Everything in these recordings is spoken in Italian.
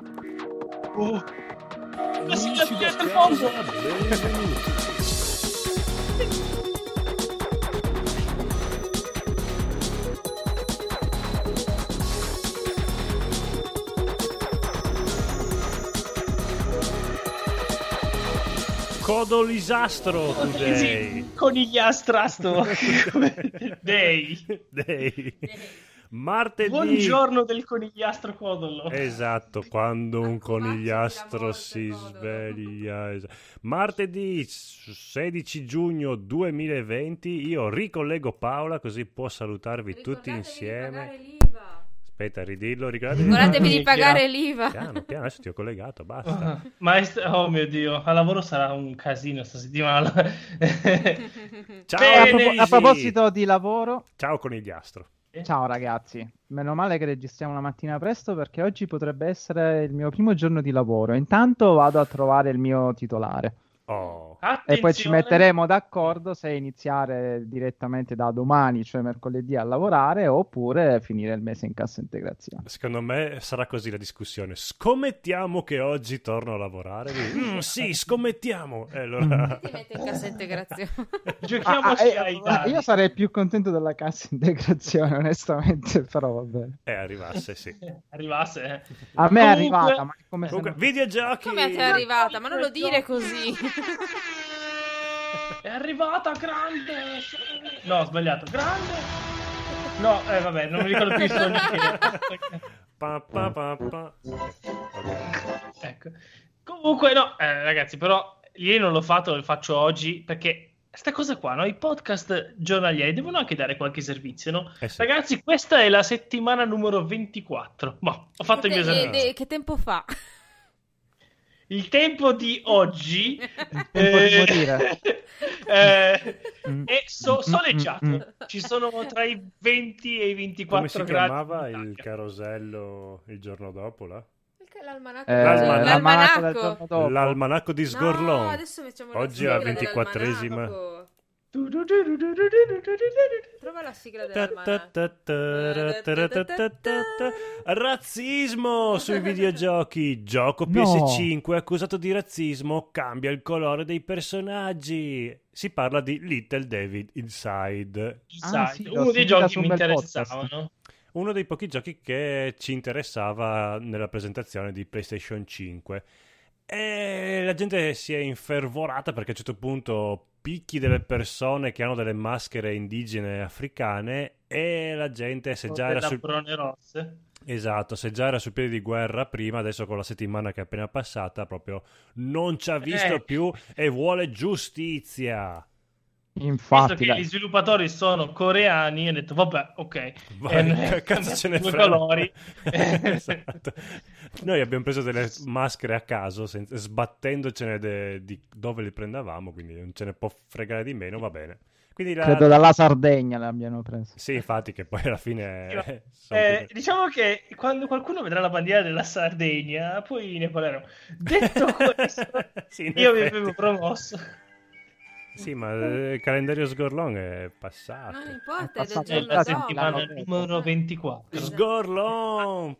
Amici da Spiazza, benvenuti. Codolisastro today. Conigliastrasto. Day. Martedì. Buongiorno del conigliastro codolo. Esatto, quando un conigliastro si sveglia. Martedì 16 giugno 2020 io ricollego Paola così può salutarvi tutti insieme. Aspetta, ridillo, ricordatevi di pagare l'IVA. Piano, adesso ti ho collegato, basta. Oh mio Dio, al lavoro sarà un casino sta settimana. Ciao, a proposito di lavoro. Ciao conigliastro. Ciao ragazzi, meno male che registriamo la mattina presto perché oggi potrebbe essere il mio primo giorno di lavoro. Intanto vado a trovare il mio titolare. E poi ci metteremo d'accordo se iniziare direttamente da domani, cioè mercoledì, a lavorare oppure finire il mese in cassa integrazione. Secondo me sarà così la discussione. Scommettiamo che oggi torno a lavorare? Sì, scommettiamo. Allora... Ti metti in cassa integrazione. Giochiamoci ai dadi. Io sarei più contento della cassa integrazione, onestamente, però va bene. Arrivasse, sì. Arrivasse. A me è arrivata, ma come videogiochi. Come ti è arrivata? Ma non lo dire così. È arrivata grande. No, ho sbagliato. Grande. No, vabbè, non mi ricordo più i suoni. Ecco. Comunque, no, ragazzi, però ieri non l'ho fatto, lo faccio oggi perché sta cosa qua, no? I podcast giornalieri devono anche dare qualche servizio, no? Sì. Ragazzi, questa è la settimana numero 24. Ma ho fatto il mio servizio. Che tempo fa? Il tempo di oggi il tempo di morire. È soleggiato. Ci sono tra i 20 e i 24 Come si gradi. Come si chiamava il carosello il giorno dopo, là? L'almanacco. L'almanacco di Sgorlon. No, adesso mettiamo oggi è la 24esima. Prova la sigla dell'almanacco. Razzismo sui videogiochi. Gioco PS5 accusato di razzismo cambia il colore dei personaggi. Si parla di Little David Inside. Sì, uno dei giochi che mi interessavano. Uno dei pochi giochi che ci interessava nella presentazione di PlayStation 5. E la gente si è infervorata perché a un certo punto picchi delle persone che hanno delle maschere indigene africane e la gente se già era sul rosse. Esatto, se già era sul piede di guerra prima, adesso con la settimana che è appena passata proprio non ci ha visto più e vuole giustizia. Infatti, visto che gli sviluppatori sono coreani, ho detto vabbè, ok, che cazzo ce ne due frega. colori. Esatto. Noi abbiamo preso delle maschere a caso sbattendocene di dove le prendevamo, quindi non ce ne può fregare di meno, va bene. Quindi credo dalla Sardegna le abbiano prese. Sì, infatti, che poi alla fine diciamo che quando qualcuno vedrà la bandiera della Sardegna poi ne parlerò. Detto questo, sì, io vi avevo promosso. Sì, ma il calendario Sgorlon è passato. Non importa, è del giorno la settimana dopo. numero 24. Sgorlon!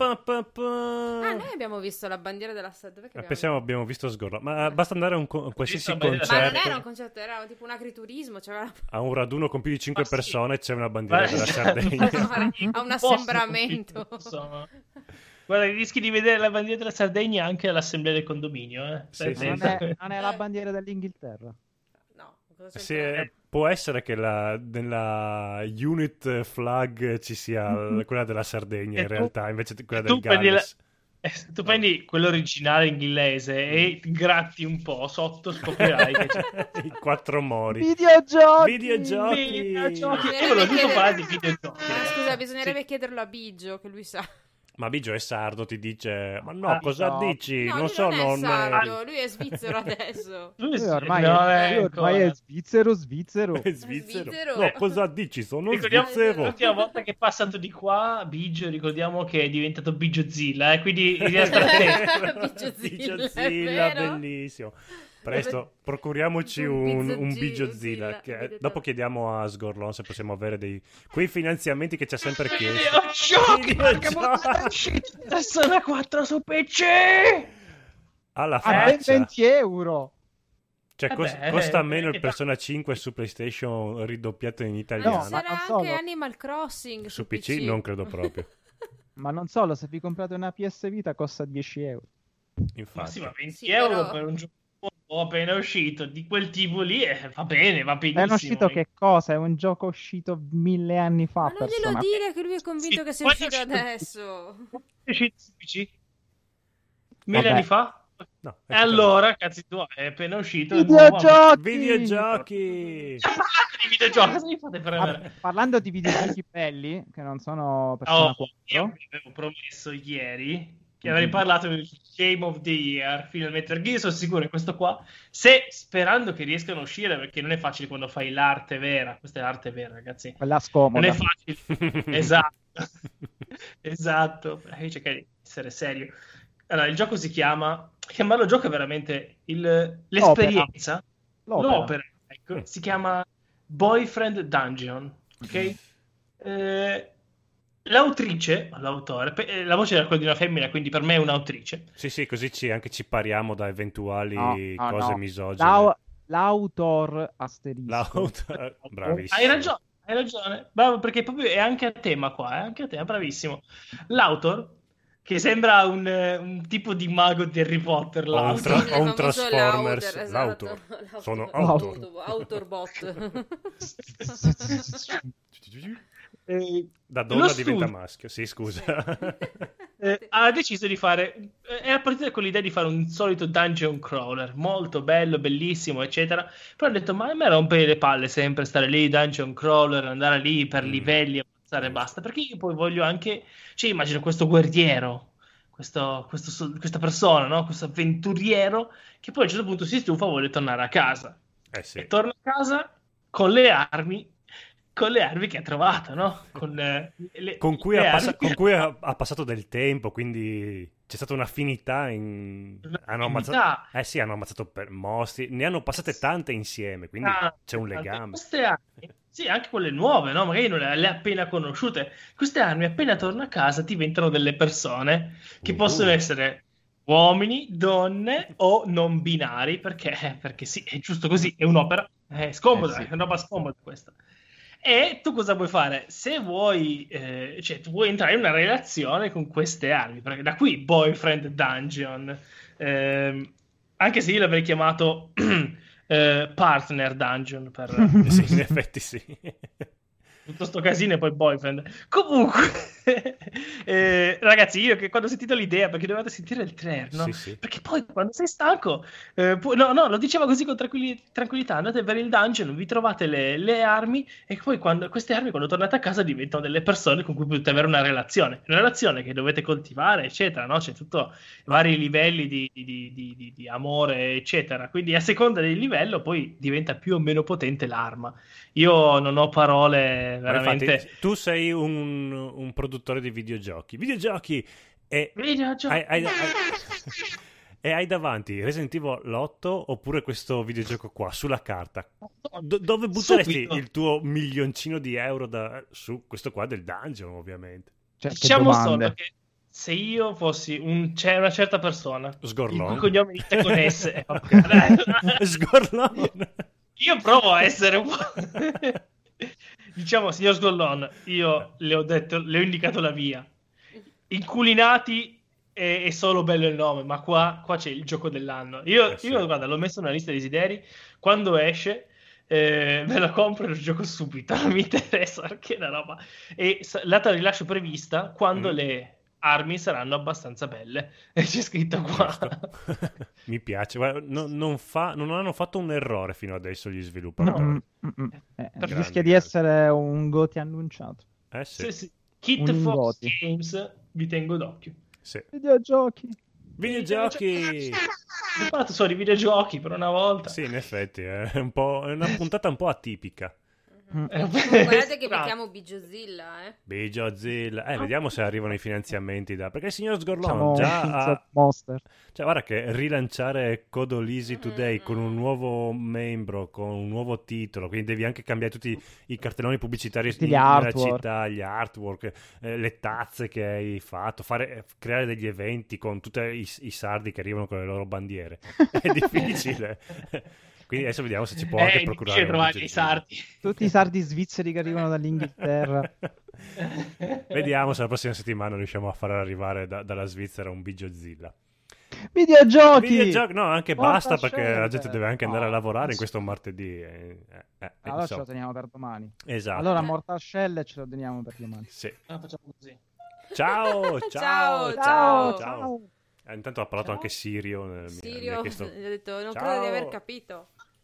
Noi abbiamo visto la bandiera della Sardegna. Abbiamo visto Sgorlon, ma basta andare a un qualsiasi concerto. Ma non era un concerto, era tipo un agriturismo. A un raduno con più di 5 persone c'è una bandiera della Sardegna. A un assembramento. Guarda, rischi di vedere la bandiera della Sardegna anche all'assemblea del condominio. Sì. Non è la bandiera dell'Inghilterra. Sì, può essere che nella unit flag ci sia quella della Sardegna in realtà, invece di quella del Galles. Tu prendi quello originale inglese e gratti un po' sotto, scoprirai che c'è i 4 mori. Videogiochi. Io ve lo dico parlare di videogiochi. Scusa, bisognerebbe chiederlo a Biggio, che lui sa. Ma Biggio è sardo, ti dice ma no, cosa dici? No, non so, non è sardo, lui è svizzero adesso. Lui ormai è svizzero. È svizzero. No, cosa dici? Sono svizzero. L'ultima volta che è passato di qua Biggio, ricordiamo che è diventato Bigiozilla, quindi Bigiozilla, bellissimo. Presto, procuriamoci un Bigiozilla. Dopo chiediamo a Sgorlon se possiamo avere quei finanziamenti che ci ha sempre chiesto. Persona 4 su PC! Alla faccia. 20 euro! Cioè costa meno il Persona 5 su PlayStation ridoppiato in italiano. Sarà anche Animal Crossing su PC? Non credo proprio. Ma non solo, se vi comprate una PS Vita costa 10 euro. Infatti. Ma 20 euro per un gioco appena uscito di quel tipo lì va bene, va benissimo. È uscito che cosa? È un gioco uscito 1000 anni fa. Ma non glielo dire che lui è convinto che sia uscito adesso. È uscito su PC? 1000 anni fa? No, e allora, cazzi tu, è appena uscito. Videogiochi! Cosa mi fate premere? Parlando di videogiochi belli, che non sono Persona 4. Io vi avevo promesso ieri che avrei parlato del Game of the Year, finalmente, perché io sono sicuro che questo qua, sperando che riescano a uscire, perché non è facile quando fai l'arte vera, questa è l'arte vera, ragazzi. Quella scomoda. Non è facile. Esatto. Cerca di essere serio. Allora, il gioco si chiamarlo gioco è veramente l'esperienza, l'opera. Ecco, si chiama Boyfriend Dungeon, ok? L'autrice, l'autore, la voce era quella di una femmina, quindi per me è un'autrice. Sì, così anche ci pariamo da eventuali cose misogine. L'autor asterisco. Bravissimo. Hai ragione. Bravo, perché proprio è anche a tema qua, anche a tema, bravissimo. L'autor, che sembra un tipo di mago di Harry Potter, o un Transformers, esatto. Sono Autorbot. Da donna diventa maschio, sì, scusa. Ha deciso di fare, era partita con l'idea di fare un solito dungeon crawler, molto bello, bellissimo, eccetera. Però ha detto, ma a me rompe le palle sempre stare lì, dungeon crawler, andare lì per livelli, avanzare e basta, perché io poi voglio anche, cioè immagino questo guerriero, questa persona, no? Questo avventuriero, che poi a un certo punto si stufa e vuole tornare a casa. Sì. E torna a casa con le armi che ha trovato, no? Con cui ha passato del tempo, quindi c'è stata un'affinità. Hanno ammazzato per mostri, ne hanno passate tante insieme, quindi c'è un legame. Queste armi, sì, anche quelle nuove, no? Magari non le ha appena conosciute. Queste armi, appena torna a casa, diventano delle persone che possono essere uomini, donne o non binari, perché sì, è giusto così, è un'opera scomoda, sì. È una roba scomoda questa. E tu cosa vuoi fare? Se vuoi, tu vuoi entrare in una relazione con queste armi, perché da qui Boyfriend Dungeon, anche se io l'avrei chiamato Partner Dungeon sì, in effetti sì. Tutto sto casino e poi Boyfriend. Comunque, ragazzi, io che quando ho sentito l'idea, perché dovevate sentire il trailer, no? Sì. Perché poi quando sei stanco, no, lo diceva così con tranquillità, andate per il dungeon, vi trovate le armi e poi queste armi quando tornate a casa diventano delle persone con cui potete avere una relazione che dovete coltivare, eccetera, no? C'è tutto vari livelli di amore, eccetera. Quindi a seconda del livello poi diventa più o meno potente l'arma. Io non ho parole veramente. Infatti, tu sei un produttore di videogiochi e hai davanti Resident Evil 8 oppure questo videogioco qua sulla carta. Dove butteresti il tuo milioncino di euro su questo qua del dungeon, ovviamente? Diciamo solo che se io fossi c'è una certa persona Sgorlon, il cui cognome inizia con S Sgorlon. Io provo a essere un po'. Diciamo, signor Sgollon, io le ho indicato la via. Inculinati è solo bello il nome, ma qua c'è il gioco dell'anno. Io guarda, l'ho messo nella lista dei desideri. Quando esce, me lo compro e lo gioco subito. Non mi interessa perché è una roba. E la data di rilascio prevista quando le armi saranno abbastanza belle. E c'è scritto qua. Mi piace. Guarda, non hanno fatto un errore fino adesso gli sviluppatori. Rischia di essere un GOTY annunciato. Sì. Kit Fox Games, vi tengo d'occhio. Sì. Videogiochi. Ho parlato solo di videogiochi per una volta. Sì, in effetti è una puntata un po' atipica. Guardate che mettiamo Bigiozilla, Bigiozilla. Vediamo se arrivano i finanziamenti perché il signor Sgorlon già Monster. Cioè, guarda che rilanciare Codolisi Today con un nuovo membro, con un nuovo titolo, quindi devi anche cambiare tutti i cartelloni pubblicitari nella città, gli artwork, le tazze che hai fatto, creare degli eventi con tutti i sardi che arrivano con le loro bandiere. È difficile. Quindi adesso vediamo se ci può anche procurare trovare i sardi. Tutti i sardi svizzeri che arrivano dall'Inghilterra. Vediamo se la prossima settimana riusciamo a far arrivare dalla Svizzera un Bigiozilla. Videogiochi! No, anche basta perché la gente deve anche andare a lavorare in questo martedì. Allora ce lo teniamo per domani. Esatto. Allora Mortal Shell ce lo teniamo per domani. Sì. Facciamo così. Ciao. Intanto ha parlato anche Sirio. Sirio, gli ho detto, non credo di aver capito.